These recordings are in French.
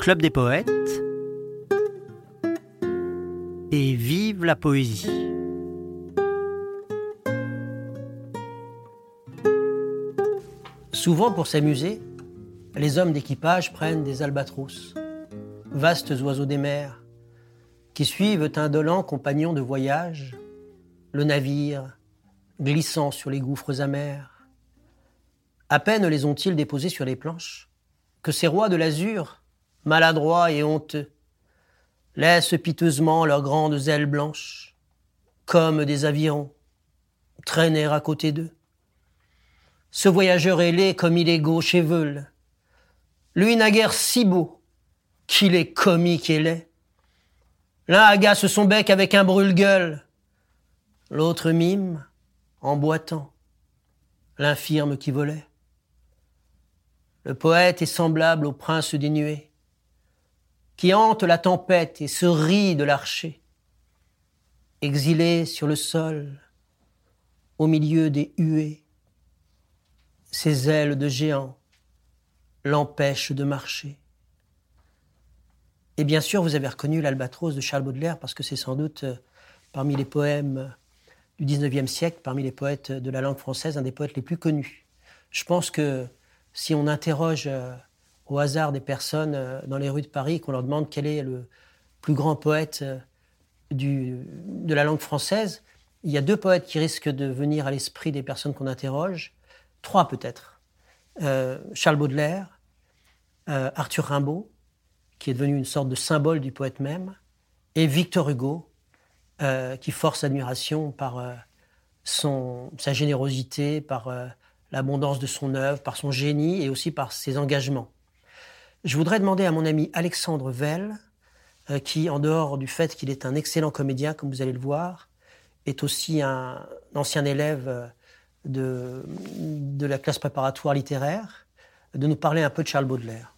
Club des poètes et vive la poésie. Souvent, pour s'amuser, les hommes d'équipage prennent des albatros, vastes oiseaux des mers, qui suivent indolents compagnons de voyage, le navire glissant sur les gouffres amers. À peine les ont-ils déposés sur les planches, que ces rois de l'azur, maladroits et honteux, laissent piteusement leurs grandes ailes blanches, comme des avirons, traîner à côté d'eux. Ce voyageur ailé comme il est gauche et veule, lui naguère si beau qu'il est comique et laid. L'un agace son bec avec un brûle-gueule, l'autre mime en boitant l'infirme qui volait. Le poète est semblable au prince des nuées, qui hante la tempête et se rit de l'archer. Exilé sur le sol, au milieu des huées, ses ailes de géant l'empêchent de marcher. Et bien sûr, vous avez reconnu l'Albatros de Charles Baudelaire, parce que c'est sans doute, parmi les poèmes du XIXe siècle, parmi les poètes de la langue française, un des poètes les plus connus. Je pense que si on interroge au hasard des personnes dans les rues de Paris, qu'on leur demande quel est le plus grand poète de la langue française, il y a deux poètes qui risquent de venir à l'esprit des personnes qu'on interroge, trois peut-être. Charles Baudelaire, Arthur Rimbaud, qui est devenu une sorte de symbole du poète même, et Victor Hugo, qui force admiration par sa générosité, par l'abondance de son œuvre, par son génie et aussi par ses engagements. Je voudrais demander à mon ami Alexandre Velle, qui, en dehors du fait qu'il est un excellent comédien, comme vous allez le voir, est aussi un ancien élève de la classe préparatoire littéraire, de nous parler un peu de Charles Baudelaire.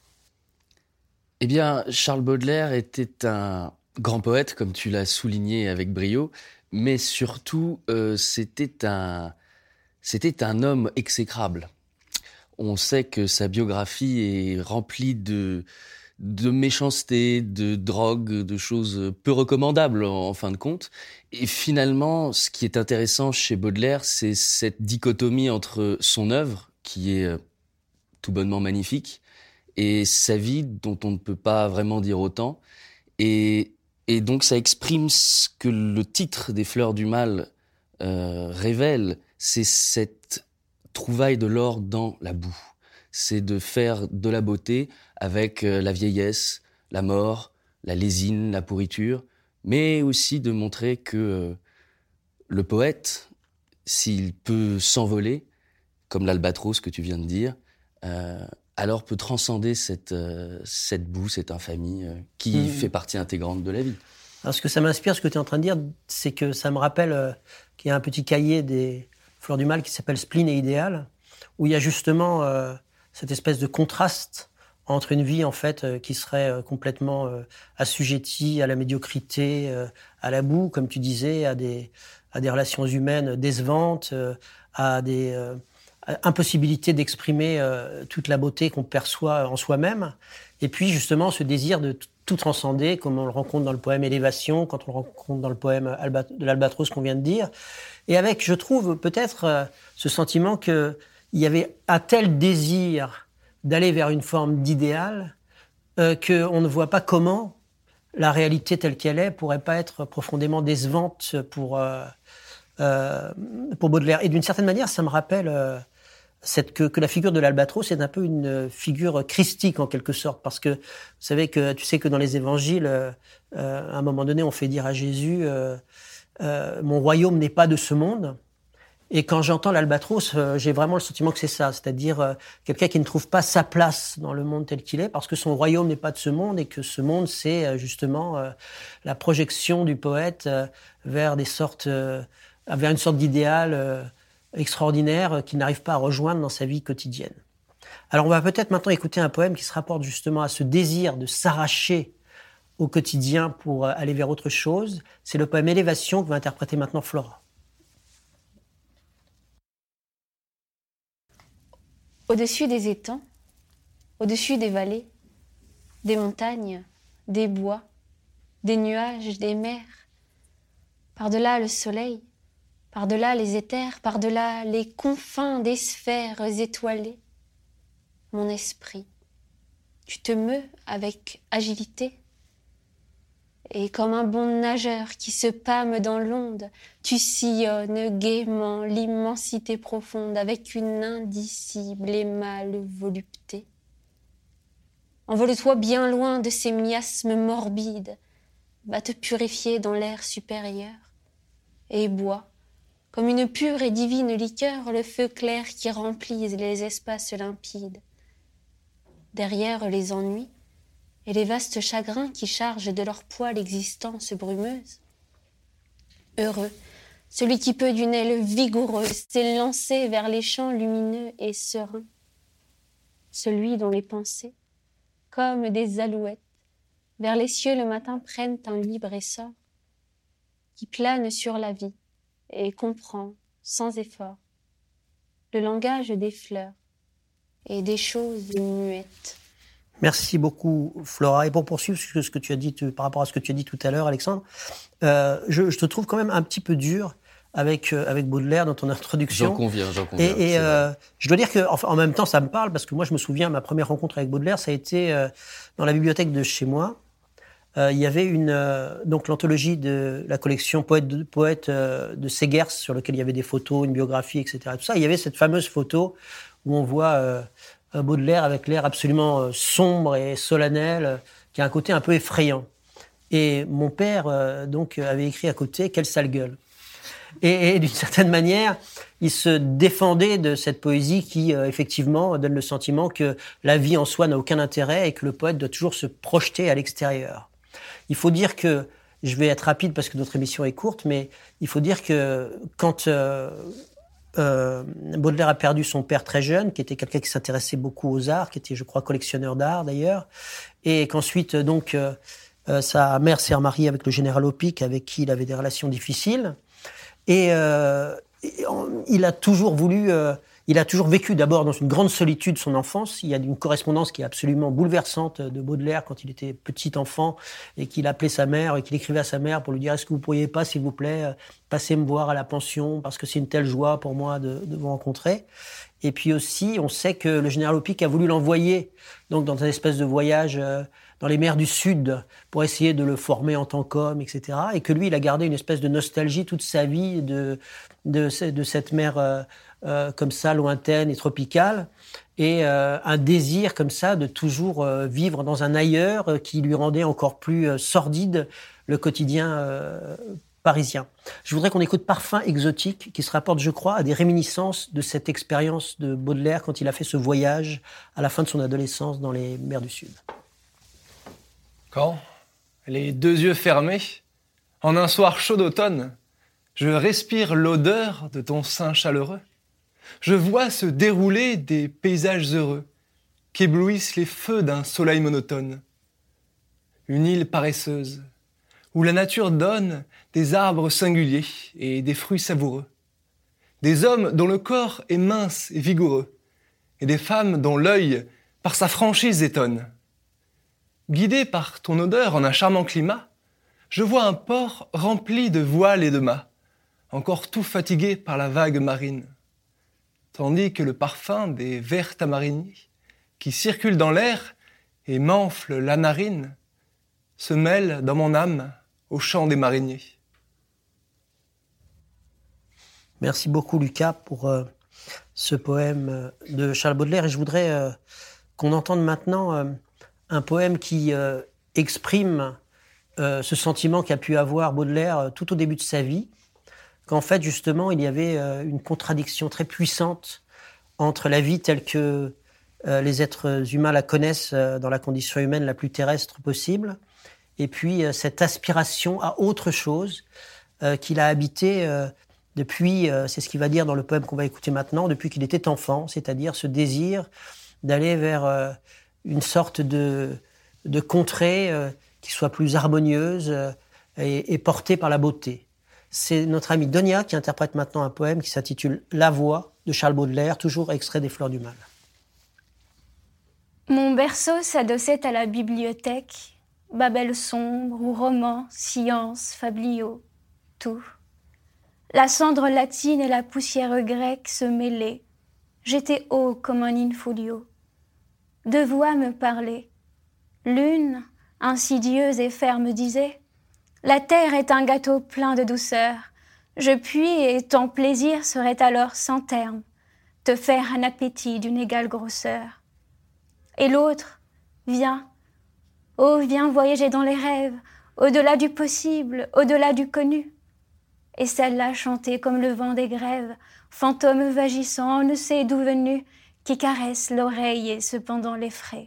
Eh bien, Charles Baudelaire était un grand poète, comme tu l'as souligné avec brio, mais surtout, c'était un homme exécrable. On sait que sa biographie est remplie de méchanceté, de drogue, de choses peu recommandables en fin de compte. Et finalement, ce qui est intéressant chez Baudelaire, c'est cette dichotomie entre son œuvre, qui est tout bonnement magnifique, et sa vie dont on ne peut pas vraiment dire autant. Et donc ça exprime ce que le titre des Fleurs du Mal révèle, c'est cette trouvaille de l'or dans la boue. C'est de faire de la beauté avec la vieillesse, la mort, la lésine, la pourriture, mais aussi de montrer que le poète, s'il peut s'envoler, comme l'albatros que tu viens de dire, alors peut transcender cette boue, cette infamie qui fait partie intégrante de la vie. Alors, ce que ça m'inspire, ce que tu es en train de dire, c'est que ça me rappelle qu'il y a un petit cahier des Fleurs du Mal qui s'appelle Spleen et Idéal, où il y a justement cette espèce de contraste entre une vie en fait qui serait complètement assujettie à la médiocrité, à la boue, comme tu disais, à des relations humaines décevantes, à des impossibilité d'exprimer toute la beauté qu'on perçoit en soi-même, et puis justement ce désir de tout transcender, comme on le rencontre dans le poème Élévation, quand on le rencontre dans le poème de l'Albatros qu'on vient de dire, et avec, je trouve, peut-être ce sentiment qu'il y avait un tel désir d'aller vers une forme d'idéal qu'on ne voit pas comment la réalité telle qu'elle est pourrait pas être profondément décevante pour Baudelaire. Et d'une certaine manière, ça me rappelle que la figure de l'Albatros est un peu une figure christique en quelque sorte, parce que tu sais que dans les évangiles, à un moment donné, on fait dire à Jésus mon royaume n'est pas de ce monde. Et quand j'entends l'Albatros, j'ai vraiment le sentiment que c'est ça, c'est-à-dire quelqu'un qui ne trouve pas sa place dans le monde tel qu'il est, parce que son royaume n'est pas de ce monde, et que ce monde, c'est justement la projection du poète vers une sorte d'idéal extraordinaire qu'il n'arrive pas à rejoindre dans sa vie quotidienne. Alors on va peut-être maintenant écouter un poème qui se rapporte justement à ce désir de s'arracher au quotidien pour aller vers autre chose. C'est le poème Élévation que va interpréter maintenant Flora. Au-dessus des étangs, au-dessus des vallées, des montagnes, des bois, des nuages, des mers, par-delà le soleil, par-delà les éthers, par-delà les confins des sphères étoilées. Mon esprit, tu te meus avec agilité, et comme un bon nageur qui se pâme dans l'onde, tu sillonnes gaiement l'immensité profonde avec une indicible et mâle volupté. Envole-toi bien loin de ces miasmes morbides, va te purifier dans l'air supérieur, et bois, comme une pure et divine liqueur, le feu clair qui remplit les espaces limpides. Derrière les ennuis et les vastes chagrins qui chargent de leur poids l'existence brumeuse. Heureux, celui qui peut d'une aile vigoureuse s'élancer vers les champs lumineux et sereins. Celui dont les pensées, comme des alouettes, vers les cieux le matin prennent un libre essor, qui plane sur la vie et comprend, sans effort, le langage des fleurs et des choses muettes. Merci beaucoup, Flora. Et pour poursuivre ce que tu as dit par rapport à ce que tu as dit tout à l'heure, Alexandre, je te trouve quand même un petit peu dur avec Baudelaire dans ton introduction. J'en conviens. Et je dois dire que, enfin, en même temps, ça me parle parce que moi, je me souviens, ma première rencontre avec Baudelaire, ça a été dans la bibliothèque de chez moi. Il y avait donc l'anthologie de la collection poète de Segers, sur lequel il y avait des photos, une biographie, etc. Tout ça. Il y avait cette fameuse photo où on voit Baudelaire avec l'air absolument sombre et solennel, qui a un côté un peu effrayant. Et mon père donc avait écrit à côté « Quelle sale gueule ». Et d'une certaine manière, il se défendait de cette poésie qui, effectivement, donne le sentiment que la vie en soi n'a aucun intérêt et que le poète doit toujours se projeter à l'extérieur. Il faut dire que, je vais être rapide parce que notre émission est courte, mais il faut dire que quand Baudelaire a perdu son père très jeune, qui était quelqu'un qui s'intéressait beaucoup aux arts, qui était, je crois, collectionneur d'art d'ailleurs, et qu'ensuite, donc, sa mère s'est remariée avec le général Opic, avec qui il avait des relations difficiles. Et il a toujours vécu d'abord dans une grande solitude son enfance. Il y a une correspondance qui est absolument bouleversante de Baudelaire quand il était petit enfant et qu'il appelait sa mère et qu'il écrivait à sa mère pour lui dire « Est-ce que vous pourriez pas, s'il vous plaît, passer me voir à la pension parce que c'est une telle joie pour moi de vous rencontrer ». Et puis aussi, on sait que le général Opic a voulu l'envoyer donc dans une espèce de voyage dans les mers du Sud pour essayer de le former en tant qu'homme, etc. Et que lui, il a gardé une espèce de nostalgie toute sa vie de cette mer comme ça, lointaine et tropicale, et un désir comme ça de toujours vivre dans un ailleurs qui lui rendait encore plus sordide le quotidien parisien. Je voudrais qu'on écoute Parfum exotique, qui se rapporte, je crois, à des réminiscences de cette expérience de Baudelaire quand il a fait ce voyage à la fin de son adolescence dans les mers du Sud. Quand, les deux yeux fermés, en un soir chaud d'automne, je respire l'odeur de ton sein chaleureux. Je vois se dérouler des paysages heureux qu'éblouissent les feux d'un soleil monotone. Une île paresseuse, où la nature donne des arbres singuliers et des fruits savoureux. Des hommes dont le corps est mince et vigoureux, et des femmes dont l'œil, par sa franchise, étonne. Guidé par ton odeur en un charmant climat, je vois un port rempli de voiles et de mâts, encore tout fatigué par la vague marine. Tandis que le parfum des verts tamariniers, qui circulent dans l'air et m'enfle la narine, se mêle dans mon âme au chant des mariniers. Merci beaucoup, Lucas, pour ce poème de Charles Baudelaire. Et je voudrais qu'on entende maintenant un poème qui exprime ce sentiment qu'a pu avoir Baudelaire tout au début de sa vie, qu'en fait, justement, il y avait une contradiction très puissante entre la vie telle que les êtres humains la connaissent dans la condition humaine la plus terrestre possible, et puis cette aspiration à autre chose qu'il a habité depuis, c'est ce qu'il va dire dans le poème qu'on va écouter maintenant, depuis qu'il était enfant, c'est-à-dire ce désir d'aller vers une sorte de contrée qui soit plus harmonieuse et portée par la beauté. C'est notre ami Donia qui interprète maintenant un poème qui s'intitule « La voix » de Charles Baudelaire, toujours extrait des Fleurs du Mal. Mon berceau s'adossait à la bibliothèque, Babel sombre ou roman, science, fabliaux, tout. La cendre latine et la poussière grecque se mêlaient. J'étais haut comme un in-folio. Deux voix me parlaient. L'une, insidieuse et ferme, disait « La terre est un gâteau plein de douceur. Je puis, et ton plaisir serait alors sans terme, te faire un appétit d'une égale grosseur. » Et l'autre « Viens, oh viens voyager dans les rêves, au-delà du possible, au-delà du connu. » Et celle-là chantait comme le vent des grèves, fantôme vagissant, on ne sait d'où venu, qui caresse l'oreille et cependant l'effraie.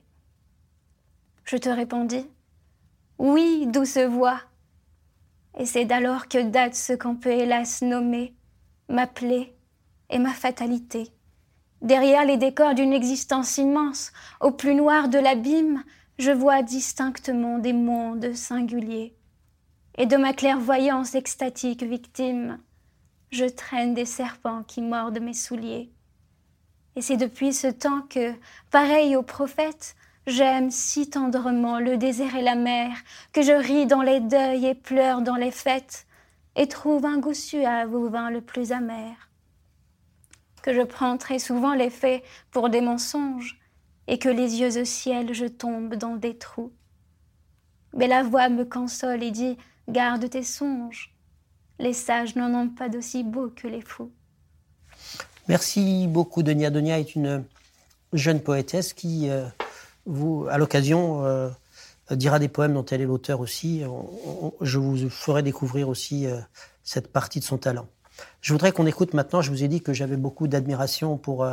Je te répondis, oui, douce voix. Et c'est d'alors que date ce qu'on peut hélas nommer ma plaie et ma fatalité. Derrière les décors d'une existence immense, au plus noir de l'abîme, je vois distinctement des mondes singuliers. Et de ma clairvoyance extatique victime, je traîne des serpents qui mordent mes souliers. Et c'est depuis ce temps que, pareil aux prophètes, j'aime si tendrement le désert et la mer, que je ris dans les deuils et pleure dans les fêtes, et trouve un goût suave au vin le plus amer. Que je prends très souvent les faits pour des mensonges, et que les yeux au ciel je tombe dans des trous. Mais la voix me console et dit « Garde tes songes, les sages n'en ont pas d'aussi beaux que les fous. » Merci beaucoup, Donia. Donia est une jeune poétesse qui, à l'occasion, dira des poèmes dont elle est l'auteur aussi. Je vous ferai découvrir aussi cette partie de son talent. Je voudrais qu'on écoute maintenant, je vous ai dit que j'avais beaucoup d'admiration pour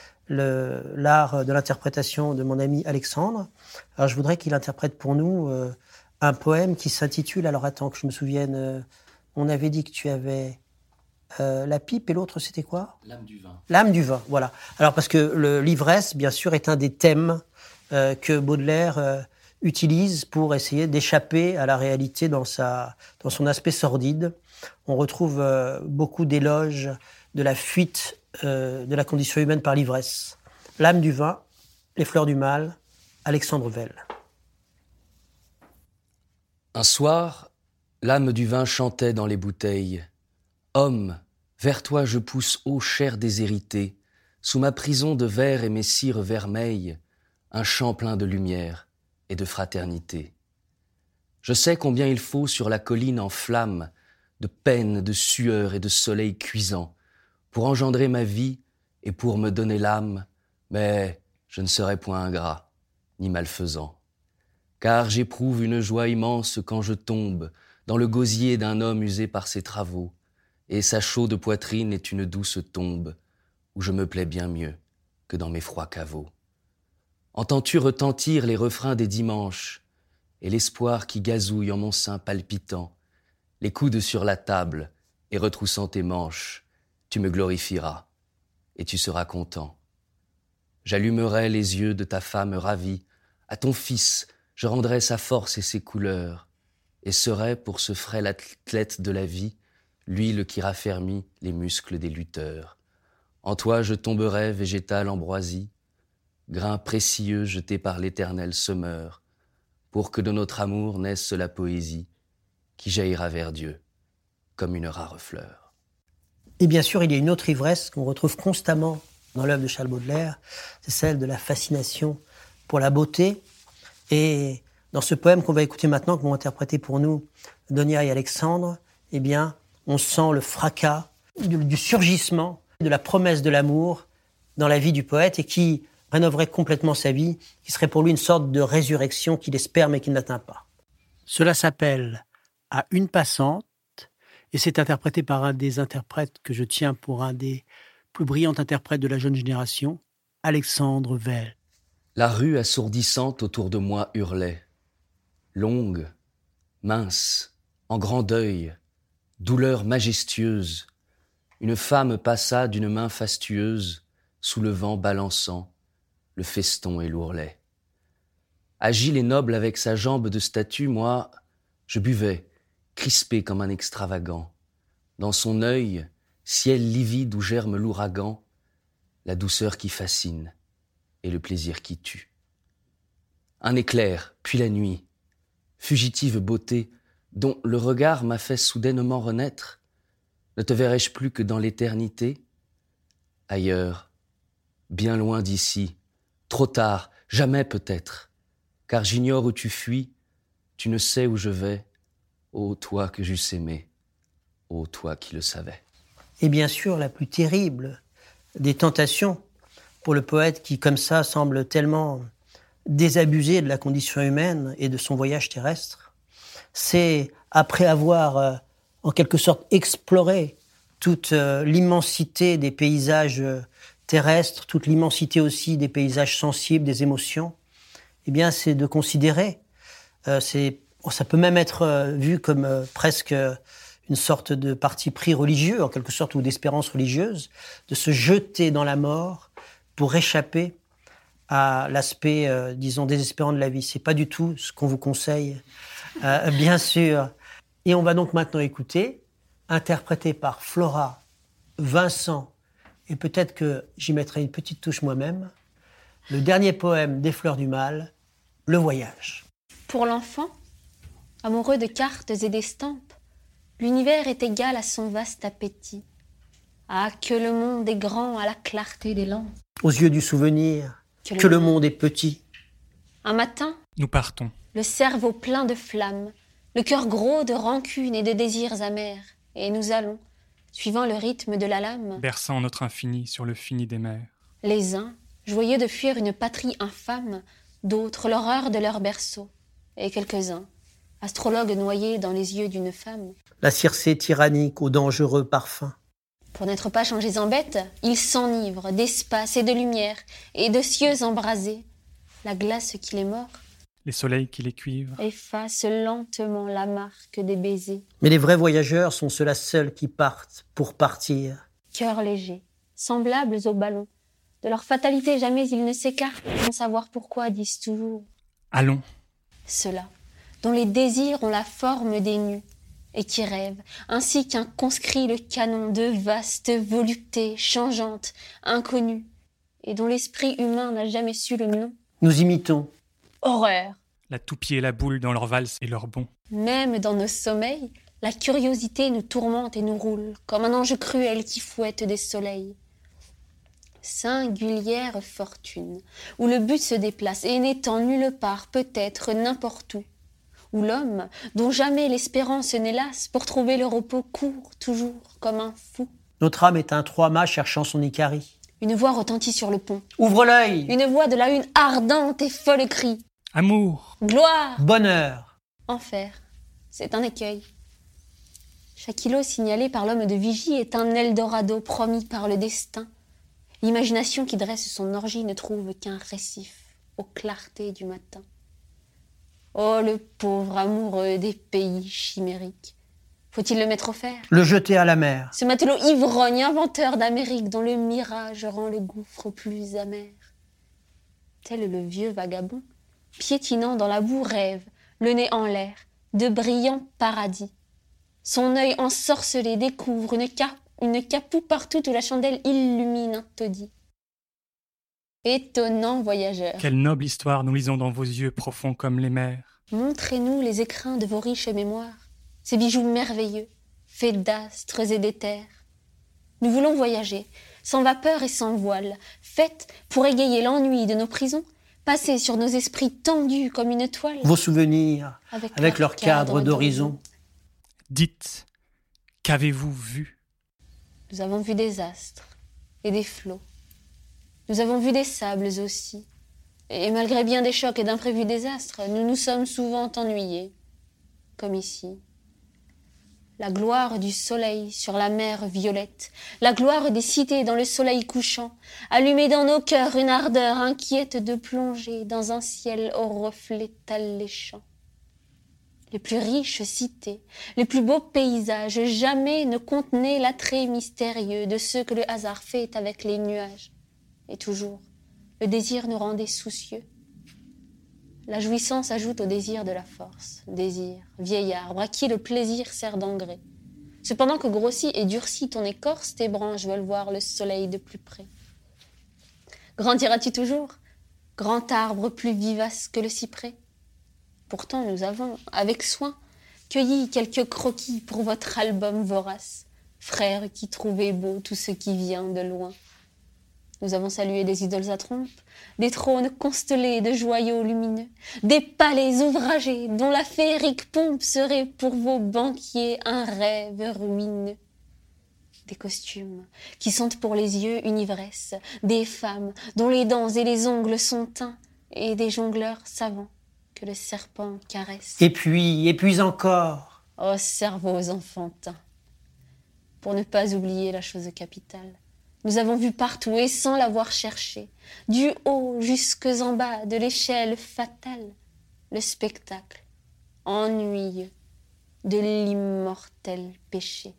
l'art de l'interprétation de mon ami Alexandre. Alors je voudrais qu'il interprète pour nous un poème qui s'intitule, alors attends que je me souvienne, on avait dit que tu avais la pipe et l'autre c'était quoi ? L'âme du vin. L'âme du vin, voilà. Alors parce que l'ivresse, bien sûr, est un des thèmes que Baudelaire utilise pour essayer d'échapper à la réalité dans son aspect sordide. On retrouve beaucoup d'éloges de la fuite de la condition humaine par l'ivresse. L'âme du vin, les fleurs du mal, Alexandre Velle. Un soir, l'âme du vin chantait dans les bouteilles. Homme, vers toi je pousse, ô chair déshéritée, sous ma prison de verre et mes cires vermeilles, un chant plein de lumière et de fraternité. Je sais combien il faut sur la colline en flammes, de peine, de sueur et de soleil cuisant, pour engendrer ma vie et pour me donner l'âme, mais je ne serai point ingrat, ni malfaisant. Car j'éprouve une joie immense quand je tombe dans le gosier d'un homme usé par ses travaux, et sa chaude poitrine est une douce tombe, où je me plais bien mieux que dans mes froids caveaux. Entends-tu retentir les refrains des dimanches, et l'espoir qui gazouille en mon sein palpitant, les coudes sur la table, et retroussant tes manches, tu me glorifieras, et tu seras content. J'allumerai les yeux de ta femme ravie, à ton fils je rendrai sa force et ses couleurs, et serai pour ce frêle athlète de la vie, l'huile qui raffermit les muscles des lutteurs. En toi je tomberai végétal ambroisie, grain précieux jeté par l'éternel semeur, pour que de notre amour naisse la poésie, qui jaillira vers Dieu, comme une rare fleur. Et bien sûr, il y a une autre ivresse qu'on retrouve constamment dans l'œuvre de Charles Baudelaire, c'est celle de la fascination pour la beauté. Et dans ce poème qu'on va écouter maintenant, que vont interpréter pour nous Donia et Alexandre, eh bien, on sent le fracas du surgissement de la promesse de l'amour dans la vie du poète et qui rénoverait complètement sa vie, qui serait pour lui une sorte de résurrection qu'il espère mais qu'il n'atteint pas. Cela s'appelle « À une passante » et c'est interprété par un des interprètes que je tiens pour un des plus brillants interprètes de la jeune génération, Alexandre Velle. La rue assourdissante autour de moi hurlait. Longue, mince, en grand deuil, douleur majestueuse, une femme passa d'une main fastueuse, soulevant, balançant, le feston et l'ourlet. Agile et noble avec sa jambe de statue, moi, je buvais, crispé comme un extravagant. Dans son œil, ciel livide où germe l'ouragan, la douceur qui fascine et le plaisir qui tue. un éclair, puis la nuit, fugitive beauté, dont le regard m'a fait soudainement renaître. Ne te verrai-je plus que dans l'éternité? Ailleurs, bien loin d'ici, trop tard, jamais peut-être, car j'ignore où tu fuis, tu ne sais où je vais, ô toi que j'eusse aimé, ô toi qui le savais. Et bien sûr, la plus terrible des tentations pour le poète qui, comme ça, semble tellement désabusé de la condition humaine et de son voyage terrestre, c'est, après avoir, en quelque sorte, exploré toute l'immensité des paysages terrestres, toute l'immensité aussi des paysages sensibles, des émotions, eh bien, c'est de considérer, ça peut même être vu comme presque une sorte de parti pris religieux, en quelque sorte, ou d'espérance religieuse, de se jeter dans la mort pour échapper à l'aspect, disons, désespérant de la vie. C'est pas du tout ce qu'on vous conseille, bien sûr. Et on va donc maintenant écouter, interprété par Flora, Vincent, et peut-être que j'y mettrai une petite touche moi-même, le dernier poème des Fleurs du Mal, Le Voyage. Pour l'enfant, amoureux de cartes et d'estampes, l'univers est égal à son vaste appétit. Ah, que le monde est grand à la clarté des lampes. Aux yeux du souvenir, que le monde est petit. Un matin, nous partons. Le cerveau plein de flammes, le cœur gros de rancune et de désirs amers, et nous allons, suivant le rythme de la lame, berçant notre infini sur le fini des mers. Les uns, joyeux de fuir une patrie infâme, d'autres l'horreur de leur berceau, et quelques-uns, astrologues noyés dans les yeux d'une femme. La Circé tyrannique aux dangereux parfums. Pour n'être pas changés en bêtes, ils s'enivrent d'espace et de lumière, et de cieux embrasés. La glace qui les mord, les soleils qui les cuivrent, efface lentement la marque des baisers. Mais les vrais voyageurs sont ceux-là seuls qui partent pour partir. Cœurs légers, semblables aux ballons. De leur fatalité jamais ils ne s'écartent, sans savoir pourquoi disent toujours « Allons !» Ceux-là, dont les désirs ont la forme des nus, et qui rêvent, ainsi qu'un conscrit le canon de vastes voluptés changeantes, inconnues, et dont l'esprit humain n'a jamais su le nom. Nous imitons. Horreur! La toupie et la boule dans leur valse et leur bond. Même dans nos sommeils, la curiosité nous tourmente et nous roule, comme un ange cruel qui fouette des soleils. Singulière fortune, où le but se déplace et n'étant nulle part, peut-être n'importe où l'homme, dont jamais l'espérance n'est lasse, pour trouver le repos court toujours comme un fou. Notre âme est un trois-mâts cherchant son Icarie. Une voix retentit sur le pont. Ouvre l'œil! Une voix de la une ardente et folle crie. Amour! Gloire! Bonheur! Enfer, c'est un écueil. Chaque îlot signalé par l'homme de Vigie est un Eldorado promis par le destin. L'imagination qui dresse son orgie ne trouve qu'un récif aux clartés du matin. Oh, le pauvre amoureux des pays chimériques. Faut-il le mettre au fer? Le jeter à la mer. Ce matelot ivrogne, inventeur d'Amérique, dont le mirage rend le gouffre plus amer. Tel le vieux vagabond, piétinant dans la boue, rêve, le nez en l'air, de brillants paradis. Son œil ensorcelé découvre une capoue partout où la chandelle illumine un taudis. Étonnant voyageur. Quelle noble histoire nous lisons dans vos yeux profonds comme les mers. Montrez-nous les écrins de vos riches mémoires, ces bijoux merveilleux, faits d'astres et d'éthers. Nous voulons voyager, sans vapeur et sans voile, faites pour égayer l'ennui de nos prisons, passer sur nos esprits tendus comme une toile. Vos souvenirs, avec leur cadre d'horizon. Dites, qu'avez-vous vu? Nous avons vu des astres et des flots. Nous avons vu des sables aussi. Et malgré bien des chocs et d'imprévus désastres, nous nous sommes souvent ennuyés, comme ici. La gloire du soleil sur la mer violette, la gloire des cités dans le soleil couchant, allumer dans nos cœurs une ardeur inquiète de plonger dans un ciel aux reflets alléchants. Les plus riches cités, les plus beaux paysages jamais ne contenaient l'attrait mystérieux de ceux que le hasard fait avec les nuages. Et toujours, le désir nous rendait soucieux. La jouissance ajoute au désir de la force. Désir, vieil arbre, à qui le plaisir sert d'engrais. Cependant que grossit et durcit ton écorce, tes branches veulent voir le soleil de plus près. Grandiras-tu toujours? grand arbre plus vivace que le cyprès. Pourtant nous avons, avec soin, cueilli quelques croquis pour votre album vorace, frères qui trouvez beau tout ce qui vient de loin. Nous avons salué des idoles à trompe, des trônes constellés de joyaux lumineux, des palais ouvragés dont la féerique pompe serait pour vos banquiers un rêve ruineux. Des costumes qui sentent pour les yeux une ivresse, des femmes dont les dents et les ongles sont teints, et des jongleurs savants que le serpent caresse. Et puis encore. Ô cerveaux enfantins! Pour ne pas oublier la chose capitale, nous avons vu partout et sans l'avoir cherché, du haut jusques en bas de l'échelle fatale, le spectacle ennuyeux de l'immortel péché.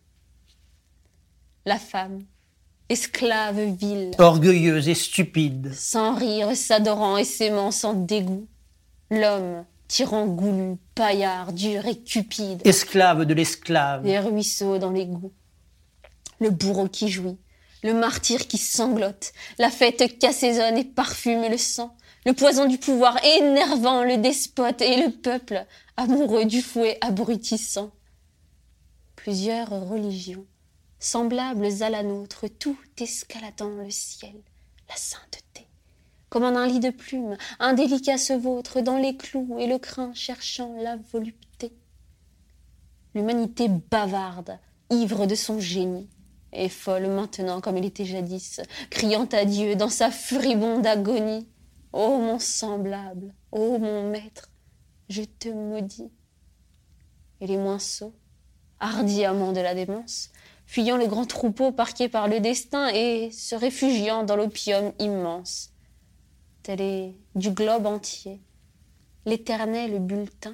La femme, esclave vile, Orgueilleuse et stupide. sans rire, s'adorant et s'aimant sans dégoût. L'homme, tyran goulu, paillard, dur et cupide, Esclave de l'esclave. les ruisseaux dans l'égout. Le bourreau qui jouit, le martyr qui sanglote, la fête qu'assaisonne et parfume le sang, le poison du pouvoir énervant le despote et le peuple, amoureux du fouet abrutissant. Plusieurs religions, semblables à la nôtre, tout escaladant le ciel, la sainteté, comme en un lit de plumes, un délicat se vautre dans les clous et le crin cherchant la volupté. L'humanité bavarde, ivre de son génie, et folle maintenant comme il était jadis, criant à Dieu dans sa furibonde agonie. Ô mon semblable, ô mon maître, je te maudis. Et les moins sots, hardis amants de la démence, fuyant le grand troupeau parqué par le destin et se réfugiant dans l'opium immense. Tel est du globe entier l'éternel bulletin.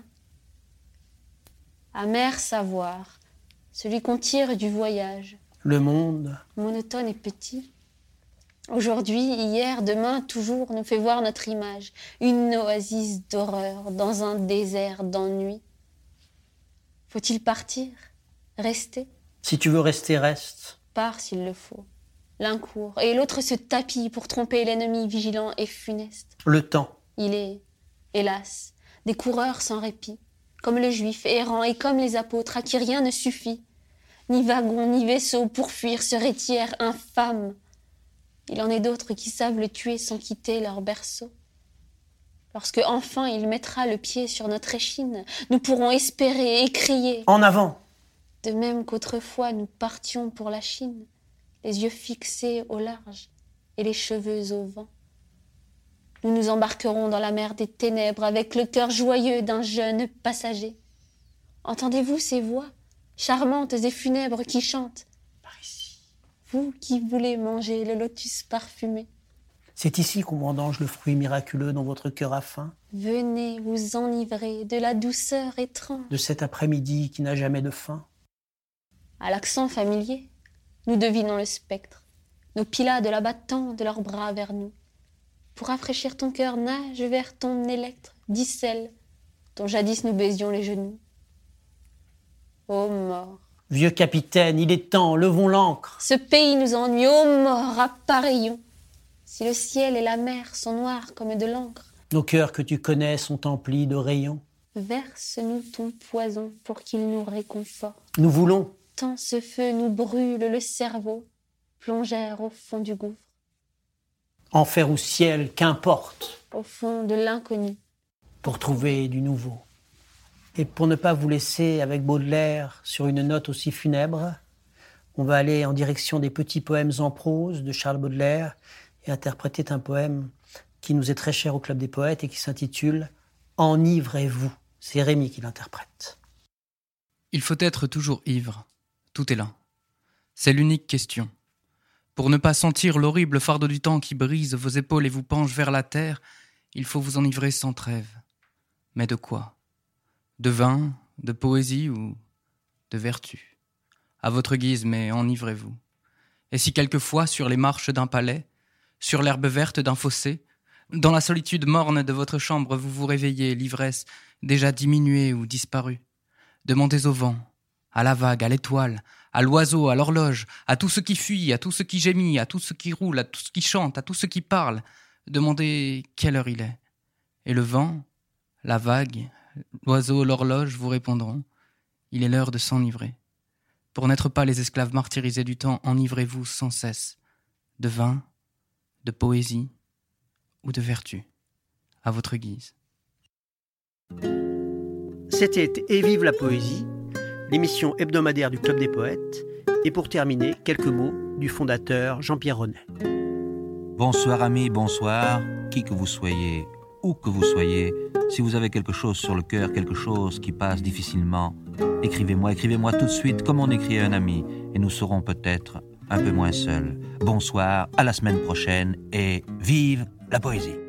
Amer savoir, celui qu'on tire du voyage, Le monde. monotone et petit. Aujourd'hui, hier, demain, toujours nous fait voir notre image, une oasis d'horreur dans un désert d'ennui. Faut-il partir? Rester? Si tu veux rester, reste. Pars s'il le faut. L'un court et l'autre se tapit pour tromper l'ennemi vigilant et funeste. Le temps. Il est, hélas, des coureurs sans répit, comme le juif errant et comme les apôtres à qui rien ne suffit. Ni wagon, ni vaisseau pour fuir ce rétiaire infâme. Il en est d'autres qui savent le tuer sans quitter leur berceau. Lorsque enfin il mettra le pied sur notre échine, nous pourrons espérer et crier. En avant. De même qu'autrefois nous partions pour la Chine, les yeux fixés au large et les cheveux au vent. Nous nous embarquerons dans la mer des ténèbres avec le cœur joyeux d'un jeune passager. Entendez-vous ces voix charmantes et funèbres qui chantent? Par ici. Vous qui voulez manger le lotus parfumé, C'est ici qu'on vendange le fruit miraculeux dont votre cœur a faim. venez vous enivrer de la douceur étrange. De cet après-midi qui n'a jamais de fin. À l'accent familier, nous devinons le spectre. Nos Pylades là-bas tendent leurs bras vers nous. Pour rafraîchir ton cœur, nage vers ton électre, d'icelle, dont jadis nous baisions les genoux. Ô mort, Vieux capitaine, il est temps, levons l'ancre. ce pays nous ennuie, ô mort, appareillons. Si le ciel et la mer sont noirs comme de l'encre, Nos cœurs que tu connais sont emplis de rayons. verse-nous ton poison pour qu'il nous réconforte. Nous voulons, Tant ce feu nous brûle le cerveau, plongèrent au fond du gouffre, enfer ou ciel, qu'importe, au fond de l'inconnu. pour trouver du nouveau. Et pour ne pas vous laisser avec Baudelaire sur une note aussi funèbre, on va aller en direction des petits poèmes en prose de Charles Baudelaire et interpréter un poème qui nous est très cher au Club des Poètes et qui s'intitule « Enivrez-vous ». C'est Rémi qui l'interprète. Il faut être toujours ivre. Tout est là. C'est l'unique question. Pour ne pas sentir l'horrible fardeau du temps qui brise vos épaules et vous penche vers la terre, il faut vous enivrer sans trêve. Mais de quoi? De vin, de poésie ou de vertu? À votre guise, mais enivrez-vous. Et si quelquefois, sur les marches d'un palais, sur l'herbe verte d'un fossé, dans la solitude morne de votre chambre, vous vous réveillez, l'ivresse déjà diminuée ou disparue, demandez au vent, à la vague, à l'étoile, à l'oiseau, à l'horloge, à tout ce qui fuit, à tout ce qui gémit, à tout ce qui roule, à tout ce qui chante, à tout ce qui parle, demandez quelle heure il est. Et le vent, la vague, l'oiseau, l'horloge vous répondront, il est l'heure de s'enivrer. Pour n'être pas les esclaves martyrisés du temps, enivrez-vous sans cesse de vin, de poésie ou de vertu, à votre guise. C'était Et vive la poésie, l'émission hebdomadaire du Club des Poètes. Et pour terminer, quelques mots du fondateur Jean-Pierre Ronet. Bonsoir amis, bonsoir, qui que vous soyez, où que vous soyez, si vous avez quelque chose sur le cœur, quelque chose qui passe difficilement, écrivez-moi tout de suite comme on écrit à un ami, et nous serons peut-être un peu moins seuls. Bonsoir, à la semaine prochaine, et vive la poésie.